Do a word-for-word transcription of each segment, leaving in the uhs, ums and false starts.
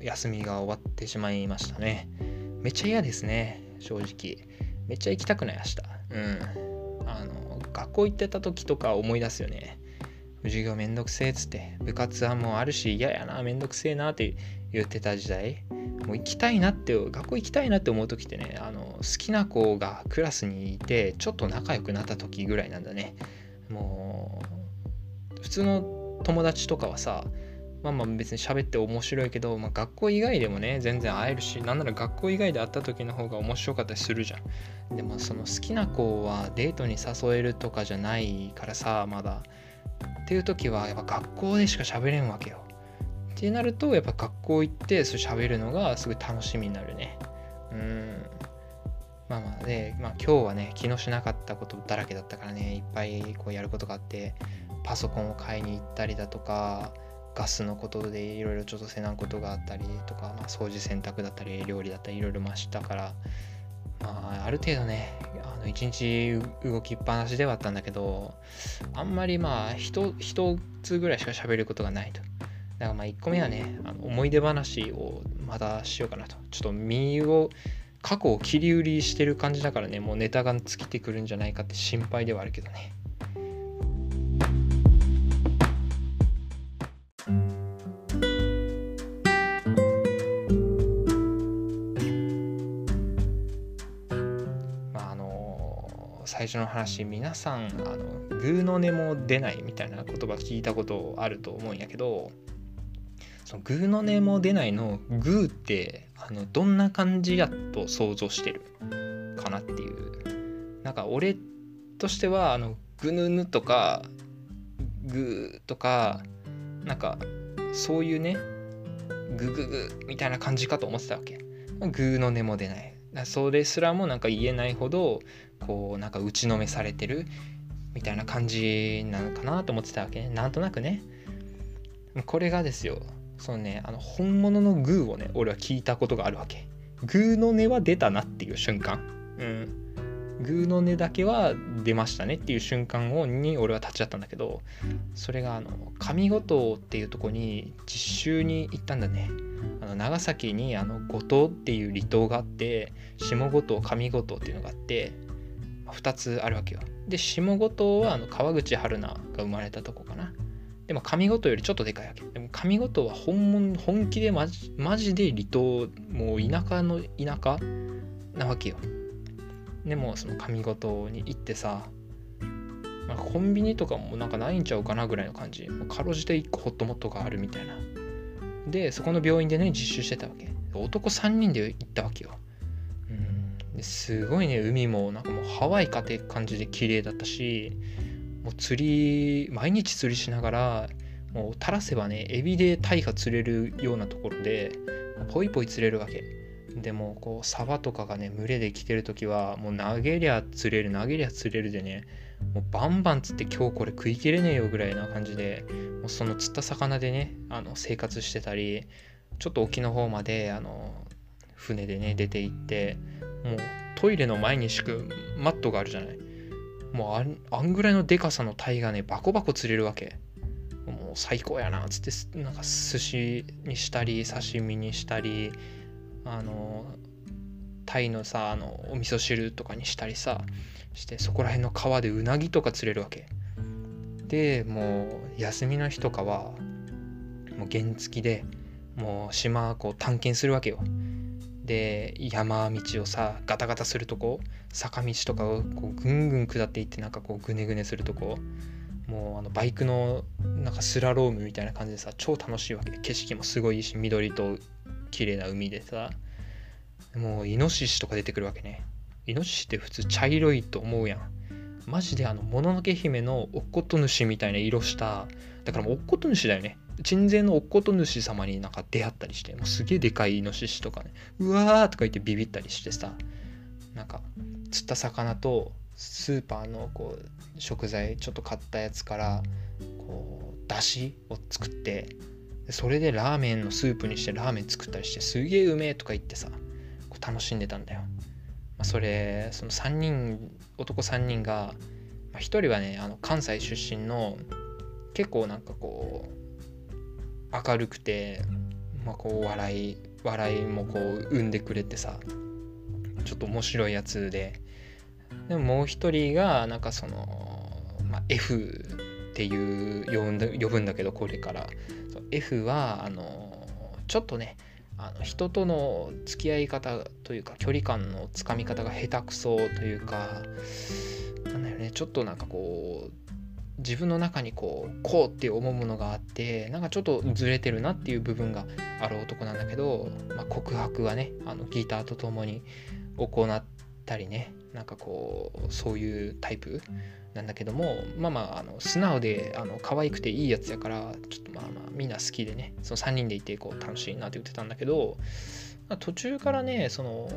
休みが終わってしまいましたね。めっちゃ嫌ですね、正直。めっちゃ行きたくない明日。うんあの学校行ってた時とか思い出すよね。授業めんどくせえっつって、部活はもうあるし嫌やな、めんどくせえなって言ってた時代、もう行きたいなって学校行きたいなって思う時ってね、あの好きな子がクラスにいてちょっと仲良くなった時ぐらいなんだね。もう普通の友達とかはさ、まあまあ別に喋って面白いけど、まあ、学校以外でもね全然会えるし、なんなら学校以外で会った時の方が面白かったりするじゃん。でもその好きな子はデートに誘えるとかじゃないからさ、まだっていう時はやっぱ学校でしか喋れんわけよ。ってなるとやっぱ学校行ってそれ喋るのがすごい楽しみになるね。うーんまあまあで、まあ今日はね気のしなかったことだらけだったからね、いっぱいこうやることがあって、パソコンを買いに行ったりだとか、ガスのことでいろいろちょっとせなんことがあったりとか、まあ、掃除洗濯だったり料理だったりいろいろましたから、まあある程度ねあの一日動きっぱなしではあったんだけど、あんまりまあ一つぐらいしか喋ることがないと。だからまあいっこめはね、あの思い出話をまたしようかなと。ちょっと身を過去を切り売りしてる感じだからね、もうネタが尽きてくるんじゃないかって心配ではあるけどね。まああの最初の話、皆さんあのグーの音も出ないみたいな言葉聞いたことあると思うんやけど、そのグーの音も出ないのグーってあのどんな感じやと想像してるかなっていう。なんか俺としてはあのグヌヌとかグーとかなんかそういうねグググみたいな感じかと思ってたわけ。グーの音も出ない、それすらもなんか言えないほどこうなんか打ちのめされてるみたいな感じなのかなと思ってたわけね、なんとなくね。これがですよ、そのねあの本物のグーをね俺は聞いたことがあるわけ。グーの音は出たなっていう瞬間、うんグーの音だけは出ましたねっていう瞬間をに俺は立ち会ったんだけど、それがあの上五島っていうとこに実習に行ったんだね。あの長崎にあの五島っていう離島があって、下五島上五島っていうのがあってふたつあるわけよ。で下五島はあの川口春奈が生まれたとこかな。でも上五島よりちょっとでかいわけ。でも上五島は本物本気でマジマジで離島、もう田舎の田舎なわけよ。でもその上五島に行ってさ、まあ、コンビニとかもなんかないんちゃうかなぐらいの感じ、かろうじていっこホットモットがあるみたいな。でそこの病院でね実習してたわけ。男さんにんで行ったわけよ。うんですごいね、海もなんかもうハワイかって感じで綺麗だったし、もう釣り毎日釣りしながら、もう垂らせばねエビでタイが釣れるようなところでポイポイ釣れるわけで、もこうサバとかがね群れで来てる時はもう投げりゃ釣れる投げりゃ釣れるでね、もうバンバン釣って今日これ食い切れねえよぐらいな感じで、もうその釣った魚でねあの生活してたり、ちょっと沖の方まであの船でね出て行って、もうトイレの前に敷くマットがあるじゃない、もうあん、あんぐらいのでかさのタイがねバコバコ釣れるわけ。もう最高やなっつって、なんか寿司にしたり刺身にしたり、あのタイのさあのお味噌汁とかにしたりさして、そこら辺の川でうなぎとか釣れるわけで、もう休みの日とかはもう原付でもう島こう探検するわけよ。で山道をさガタガタするとこ、坂道とかをこうぐんぐん下っていって、なんかこうグネグネするとこ、もうあのバイクのなんかスラロームみたいな感じでさ超楽しいわけ。景色もすごいいいし、緑と綺麗な海でさ、もうイノシシとか出てくるわけね。イノシシって普通茶色いと思うやん。マジであのもののけ姫のおっこと主みたいな色した、だからもうおっこと主だよね。鎮西のおっこと主様になんか出会ったりして、もうすげえでかいイノシシとかね、うわーとか言ってビビったりしてさ、なんか釣った魚とスーパーのこう食材ちょっと買ったやつからこう出汁を作って、それでラーメンのスープにしてラーメン作ったりして、すげえうめえとか言ってさこう楽しんでたんだよ。まあ、それそのさんにん男さんにんが、まあ、ひとりはねあの関西出身の結構なんかこう明るくてまあ、こう笑い笑いもこう生んでくれてさ、ちょっと面白いやつで、でももう一人がなんかその、まあ、F っていう呼んだ呼ぶんだけど、これからそう F はあのちょっとね、あの人との付き合い方というか距離感のつかみ方が下手くそというか、なんだよね、ちょっとなんかこう自分の中にこうこうって思うものがあって、なんかちょっとずれてるなっていう部分がある男なんだけど、まあ、告白はね、あのギターとともに行ったりね、なんかこうそういうタイプなんだけども、まあまああの素直であの可愛くていいやつやから、ちょっとまあまあみんな好きでね、そのさんにんでいてこう楽しいなって言ってたんだけど、まあ、途中からね、その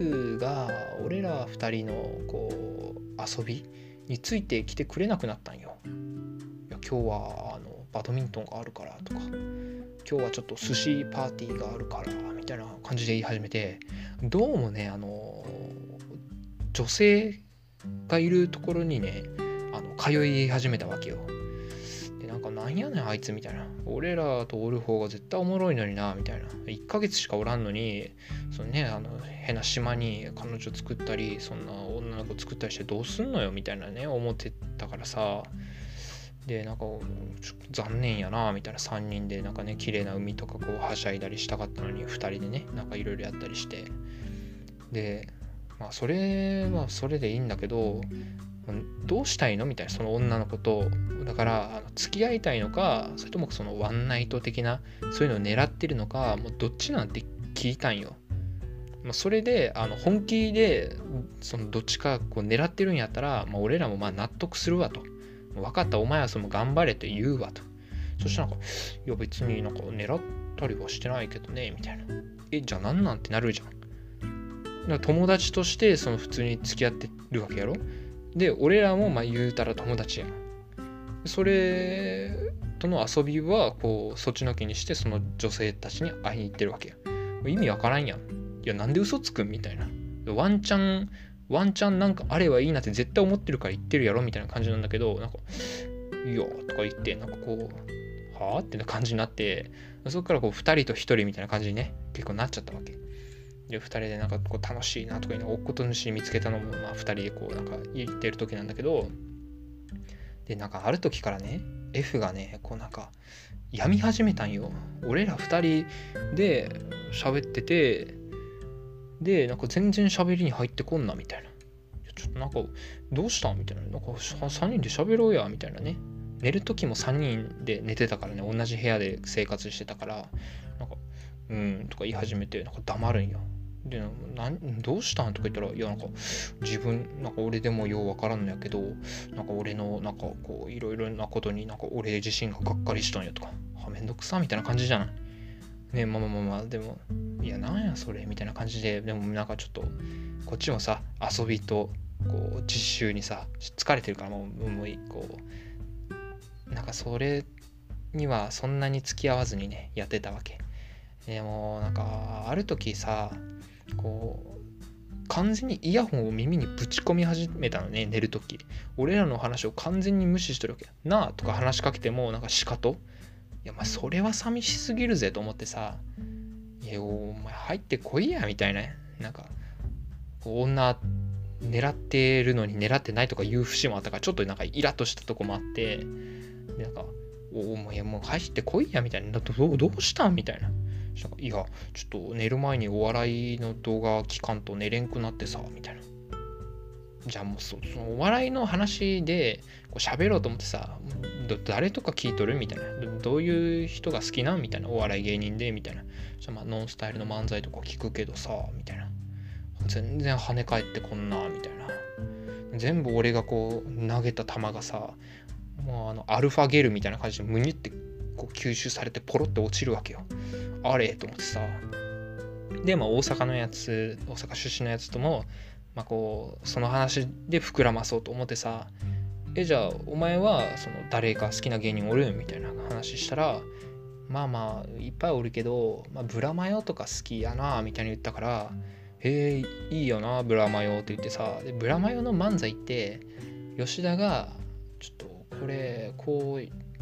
F が俺らふたりのこう遊びについてきてくれなくなったんよ。いや今日はあのバドミントンがあるからとか、今日はちょっと寿司パーティーがあるからみたいな感じで言い始めて、どうもね、あの女性がいるところにね、あの通い始めたわけよ。でなんかなんやねんあいつみたいな、俺らとおる方が絶対おもろいのになみたいな、いっかげつしかおらんのにそのね、あの変な島に彼女作ったり、そんな女の子作ったりしてどうすんのよみたいなね思ってたからさ、でなんかちょっと残念やなみたいな、さんにんでなんかね綺麗な海とかこうはしゃいだりしたかったのにふたりでねなんかいろいろやったりして、でまあそれはそれでいいんだけど、どうしたいのみたいな、その女の子と。だから付き合いたいのか、それともそのワンナイト的なそういうのを狙ってるのか、もうどっちなんて聞いたんよ。まあ、それであの本気でそのどっちかこう狙ってるんやったら、まあ、俺らもまあ納得するわと。分かった、お前はその頑張れと言うわと。そしたらなんか、いや別になんか狙ったりはしてないけどねみたいな。えじゃあなんなんてなるじゃん。だから友達としてその普通に付き合ってるわけやろ。で俺らもまあ言うたら友達やん。それとの遊びはこうそっちのけにして、その女性たちに会いに行ってるわけや。意味わからんやん。いやなんで嘘つくんみたいな。ワンチャンワンチャンなんかあればいいなって絶対思ってるから言ってるやろみたいな感じなんだけど、なんかいやとか言ってなんかこうはあってな感じになって、そこからこうふたりとひとりみたいな感じにね結構なっちゃったわけで、ふたりでなんかこう楽しいなとかいうのをおっこと主見つけたのもまあふたりでこうなんか言ってる時なんだけど、でなんかある時からね F がねこうなんか病み始めたんよ。俺らふたりで喋ってて、でなんか全然喋りに入ってこんなみたいな、ちょっとなんかどうしたんみたいな、なんかさんにんで喋ろうやみたいなね。寝る時もさんにんで寝てたからね、同じ部屋で生活してたから、なんかうんとか言い始めて、なんか黙るんよ。でなんどうしたんとか言ったら、いやなんか自分なんか俺でもようわからんのやけど、なんか俺のなんかこういろいろなことになんか俺自身ががっかりしたんやとか、はめんどくさみたいな感じじゃないね。まあまあまあまあ、でもいやなんやそれみたいな感じで、でもなんかちょっとこっちもさ遊びとこう実習にさ疲れてるから、もうもうこうなんかそれにはそんなに付き合わずにねやってたわけで、もなんかある時さこう完全にイヤホンを耳にぶち込み始めたのね。寝る時俺らの話を完全に無視してるわけなあとか話しかけてもなんかしかと、いやまあそれは寂しすぎるぜと思ってさ、いやお前入ってこいやみたいな、なんか女狙ってるのに狙ってないとかいう節もあったから、ちょっとなんかイラッとしたとこもあって、でなんかお前もう入ってこいやみたいな、どう、どうしたんみたいな、いやちょっと寝る前にお笑いの動画聞かんと寝れんくなってさみたいな。じゃあもう そ, そのお笑いの話でこう喋ろうと思ってさ、誰とか聞いとるみたいな、ど, どういう人が好きなんみたいな、お笑い芸人でみたいな、じゃあまあノンスタイルの漫才とか聞くけどさみたいな、全然跳ね返ってこんなみたいな、全部俺がこう投げた球がさ、もうあのアルファゲルみたいな感じでムニってこう吸収されてポロって落ちるわけよ。あれと思ってさ、でまあ大阪のやつ、大阪出身のやつともまあこうその話で膨らまそうと思ってさ、えじゃあお前はその誰か好きな芸人おるみたいな話したら、まあまあいっぱいおるけど、まあ、ブラマヨとか好きやなみたいに言ったから、へえいいよなブラマヨって言ってさ、でブラマヨの漫才って吉田がちょっとこれこう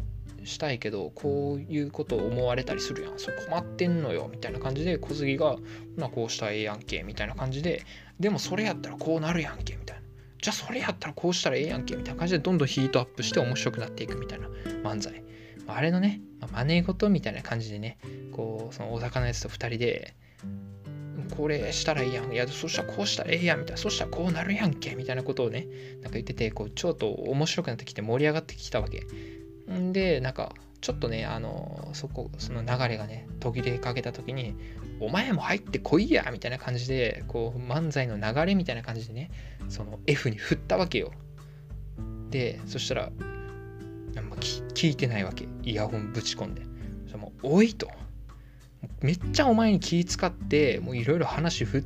したいけどこういうことを思われたりするやん、それ困ってんのよみたいな感じで小杉がまあこうしたらええやんけみたいな感じで、でもそれやったらこうなるやんけみたいな、じゃあそれやったらこうしたらええやんけみたいな感じでどんどんヒートアップして面白くなっていくみたいな漫才、あれのね真似事みたいな感じでね、こうその大阪のやつとふたりでこれしたらいいやん、いやそしたらこうしたらええやんみたいな、そしたらこうなるやんけみたいなことをねなんか言ってて、こうちょっと面白くなってきて盛り上がってきたわけんで、なんかちょっとねあのそこその流れがね途切れかけた時にお前も入ってこいやみたいな感じでこう漫才の流れみたいな感じでねその F に振ったわけよ。でそしたら聞いてないわけ、イヤホンぶち込んで、そしたらもうおいと、めっちゃお前に気使ってもういろいろ話振って、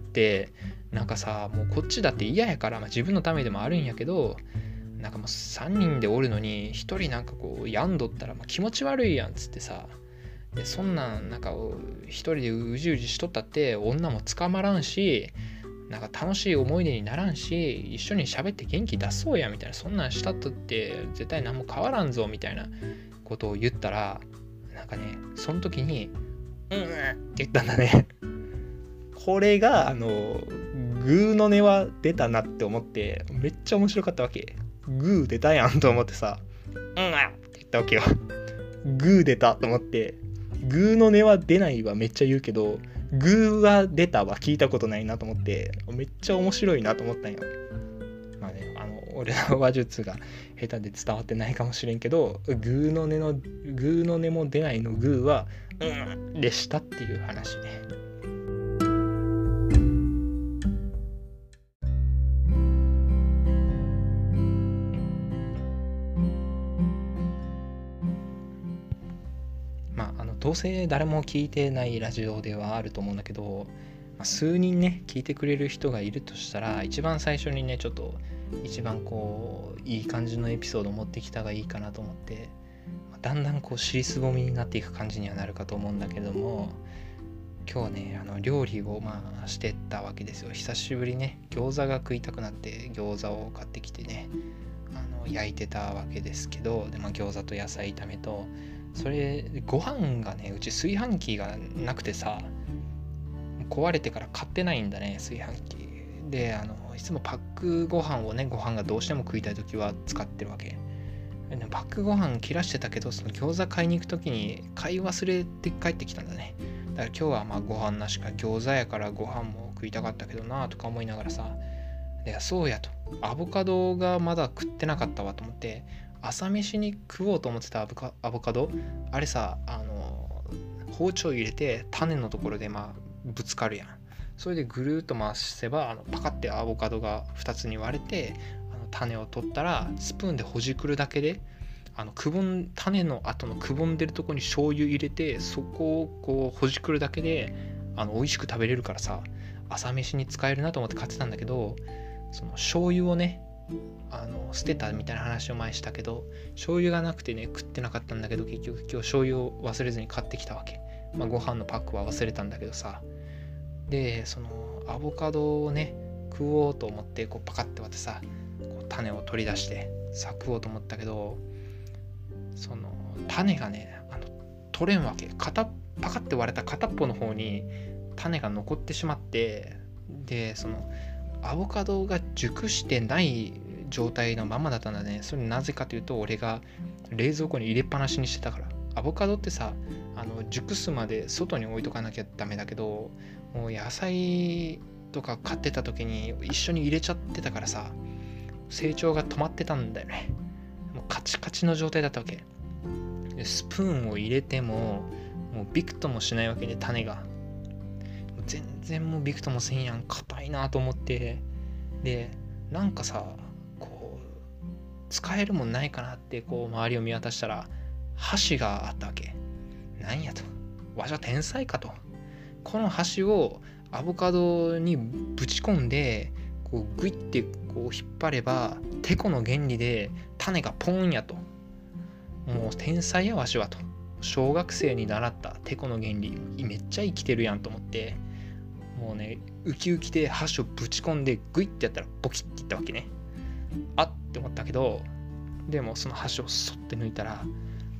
なんかさもうこっちだって嫌やから、まあ、自分のためでもあるんやけど、なんかもうさんにんでおるのにひとりなんかこう病んどったらまあ気持ち悪いやんっつってさ、でそんなんなんかひとりでうじうじしとったって女も捕まらんし、なんか楽しい思い出にならんし、一緒に喋って元気出そうやみたいな、そんなんしたとって絶対何も変わらんぞみたいなことを言ったら、なんかねその時にうんって言ったんだねこれがあのグーの音は出たなって思ってめっちゃ面白かったわけ。グー出たやんと思ってさ、うんって言ったわけよ。グー出たと思って、グーの音は出ないはめっちゃ言うけどグーは出たは聞いたことないなと思ってめっちゃ面白いなと思ったんよ。まあね、あの俺の話術が下手で伝わってないかもしれんけど、グーの音のグーの音も出ないのグーはうんでしたっていう話ね。まああのどうせ誰も聞いてないラジオではあると思うんだけど、まあ、数人ね聞いてくれる人がいるとしたら一番最初にねちょっと一番こういい感じのエピソードを持ってきた方がいいかなと思って、だんだんこう尻すぼみになっていく感じにはなるかと思うんだけども、今日はねあの料理をまあしてたわけですよ。久しぶりね餃子が食いたくなって餃子を買ってきてねあの焼いてたわけですけど、で、まあ、餃子と野菜炒めとそれご飯がねうち炊飯器がなくてさ、壊れてから買ってないんだね炊飯器で、あのいつもパックご飯をねご飯がどうしても食いたい時は使ってるわけ。パックご飯切らしてたけどその餃子買いに行く時に買い忘れて帰ってきたんだね。だから今日はまあご飯なしか、餃子やからご飯も食いたかったけどなとか思いながらさ、でそうやとアボカドがまだ食ってなかったわと思って朝飯に食おうと思ってたアボカ、アボカドあれさあの包丁入れて種のところでまあぶつかるやん。それでぐるーっと回せばあのパカッてアボカドがふたつに割れてあの種を取ったらスプーンでほじくるだけであのくぼん種の後のくぼんでるところに醤油入れてそこをこうほじくるだけであの美味しく食べれるからさ朝飯に使えるなと思って買ってたんだけど、その醤油をねあの捨てたみたいな話を前したけど醤油がなくてね食ってなかったんだけど、結局今日醤油を忘れずに買ってきたわけ。まあ、ご飯のパックは忘れたんだけどさ、でそのアボカドをね食おうと思ってこうパカッて割ってさこう種を取り出してさ食おうと思ったけど、その種がねあの取れんわけ。片パカッて割れた片っぽの方に種が残ってしまって、でそのアボカドが熟してない状態のままだったんだね。それなぜかというと俺が冷蔵庫に入れっぱなしにしてたから。アボカドってさあの熟すまで外に置いとかなきゃダメだけど、もう野菜とか買ってた時に一緒に入れちゃってたからさ成長が止まってたんだよね。もうカチカチの状態だったわけで、スプーンを入れてももうビクともしないわけで種が全然もうビクともせんやん、硬いなと思って、でなんかさこう使えるもんないかなってこう周りを見渡したら箸があったわけ。なんやと、わしは天才かと、この箸をアボカドにぶち込んでこうグイってこう引っ張ればテコの原理で種がポンやと、もう天才やわしはと、小学生に習ったテコの原理めっちゃ生きてるやんと思って、もうねウキウキで箸をぶち込んでグイってやったらボキッていったわけね。あって思ったけど、でもその箸をそって抜いたら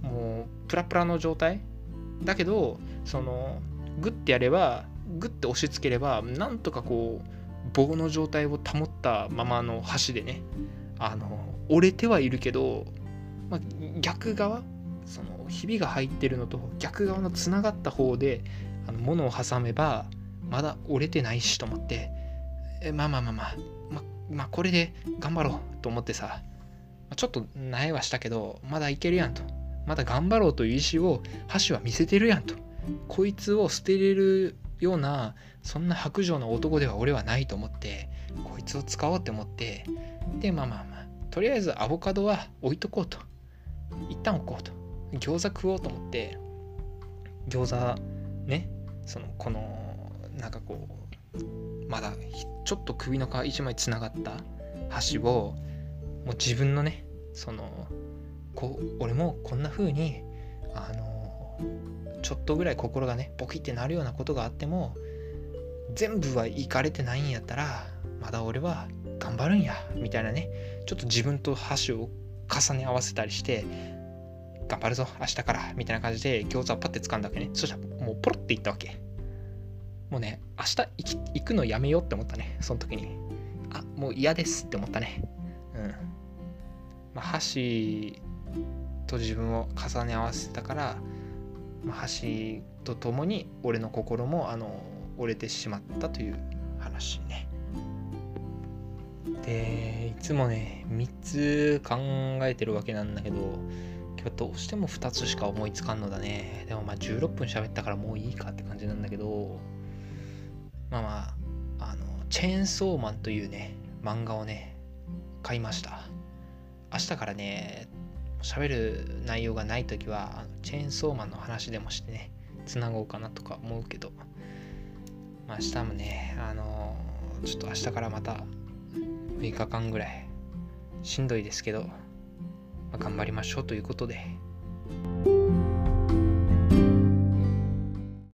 もうプラプラの状態だけど、そのグッてやればグッて押し付ければなんとかこう棒の状態を保ったままの箸でね、あの折れてはいるけど、まあ、逆側、そのひびが入ってるのと逆側のつながった方であの物を挟めばまだ折れてないしと思って、えまあまあまあまあままあこれで頑張ろうと思ってさ、ちょっと苗はしたけどまだいけるやんと、まだ頑張ろうという意思を箸は見せてるやんと、こいつを捨てれるようなそんな薄情な男では俺はないと思って、こいつを使おうって思って、でまあまあまあとりあえずアボカドは置いとこうと、一旦置こうと、餃子食おうと思って餃子ね、そのこのなんかこうまだちょっと首の皮一枚つながった箸をもう自分のね、そのこう俺もこんな風にあのちょっとぐらい心がねポキってなるようなことがあっても全部はいかれてないんやったらまだ俺は頑張るんやみたいなね、ちょっと自分と箸を重ね合わせたりして頑張るぞ明日からみたいな感じで餃子をパッて掴んだわけね。そしたらもうポロっていったわけ。もうね明日行き行くのやめようって思ったね。その時にあもう嫌ですって思ったね。うんまあ箸と自分を重ね合わせたから、まあ、箸とともに俺の心もあの折れてしまったという話ね。でいつもねみっつ考えてるわけなんだけど、今日どうしてもふたつしか思いつかんのだね。でもまあじゅうろっぷん喋ったからもういいかって感じなんだけど、まあまああのチェーンソーマンというね漫画をね買いました。明日からね喋る内容がないときはあのチェーンソーマンの話でもしてねつなごうかなとか思うけど、まあ、明日もねあのちょっと明日からまたむいかかんぐらいしんどいですけど、まあ、頑張りましょうということで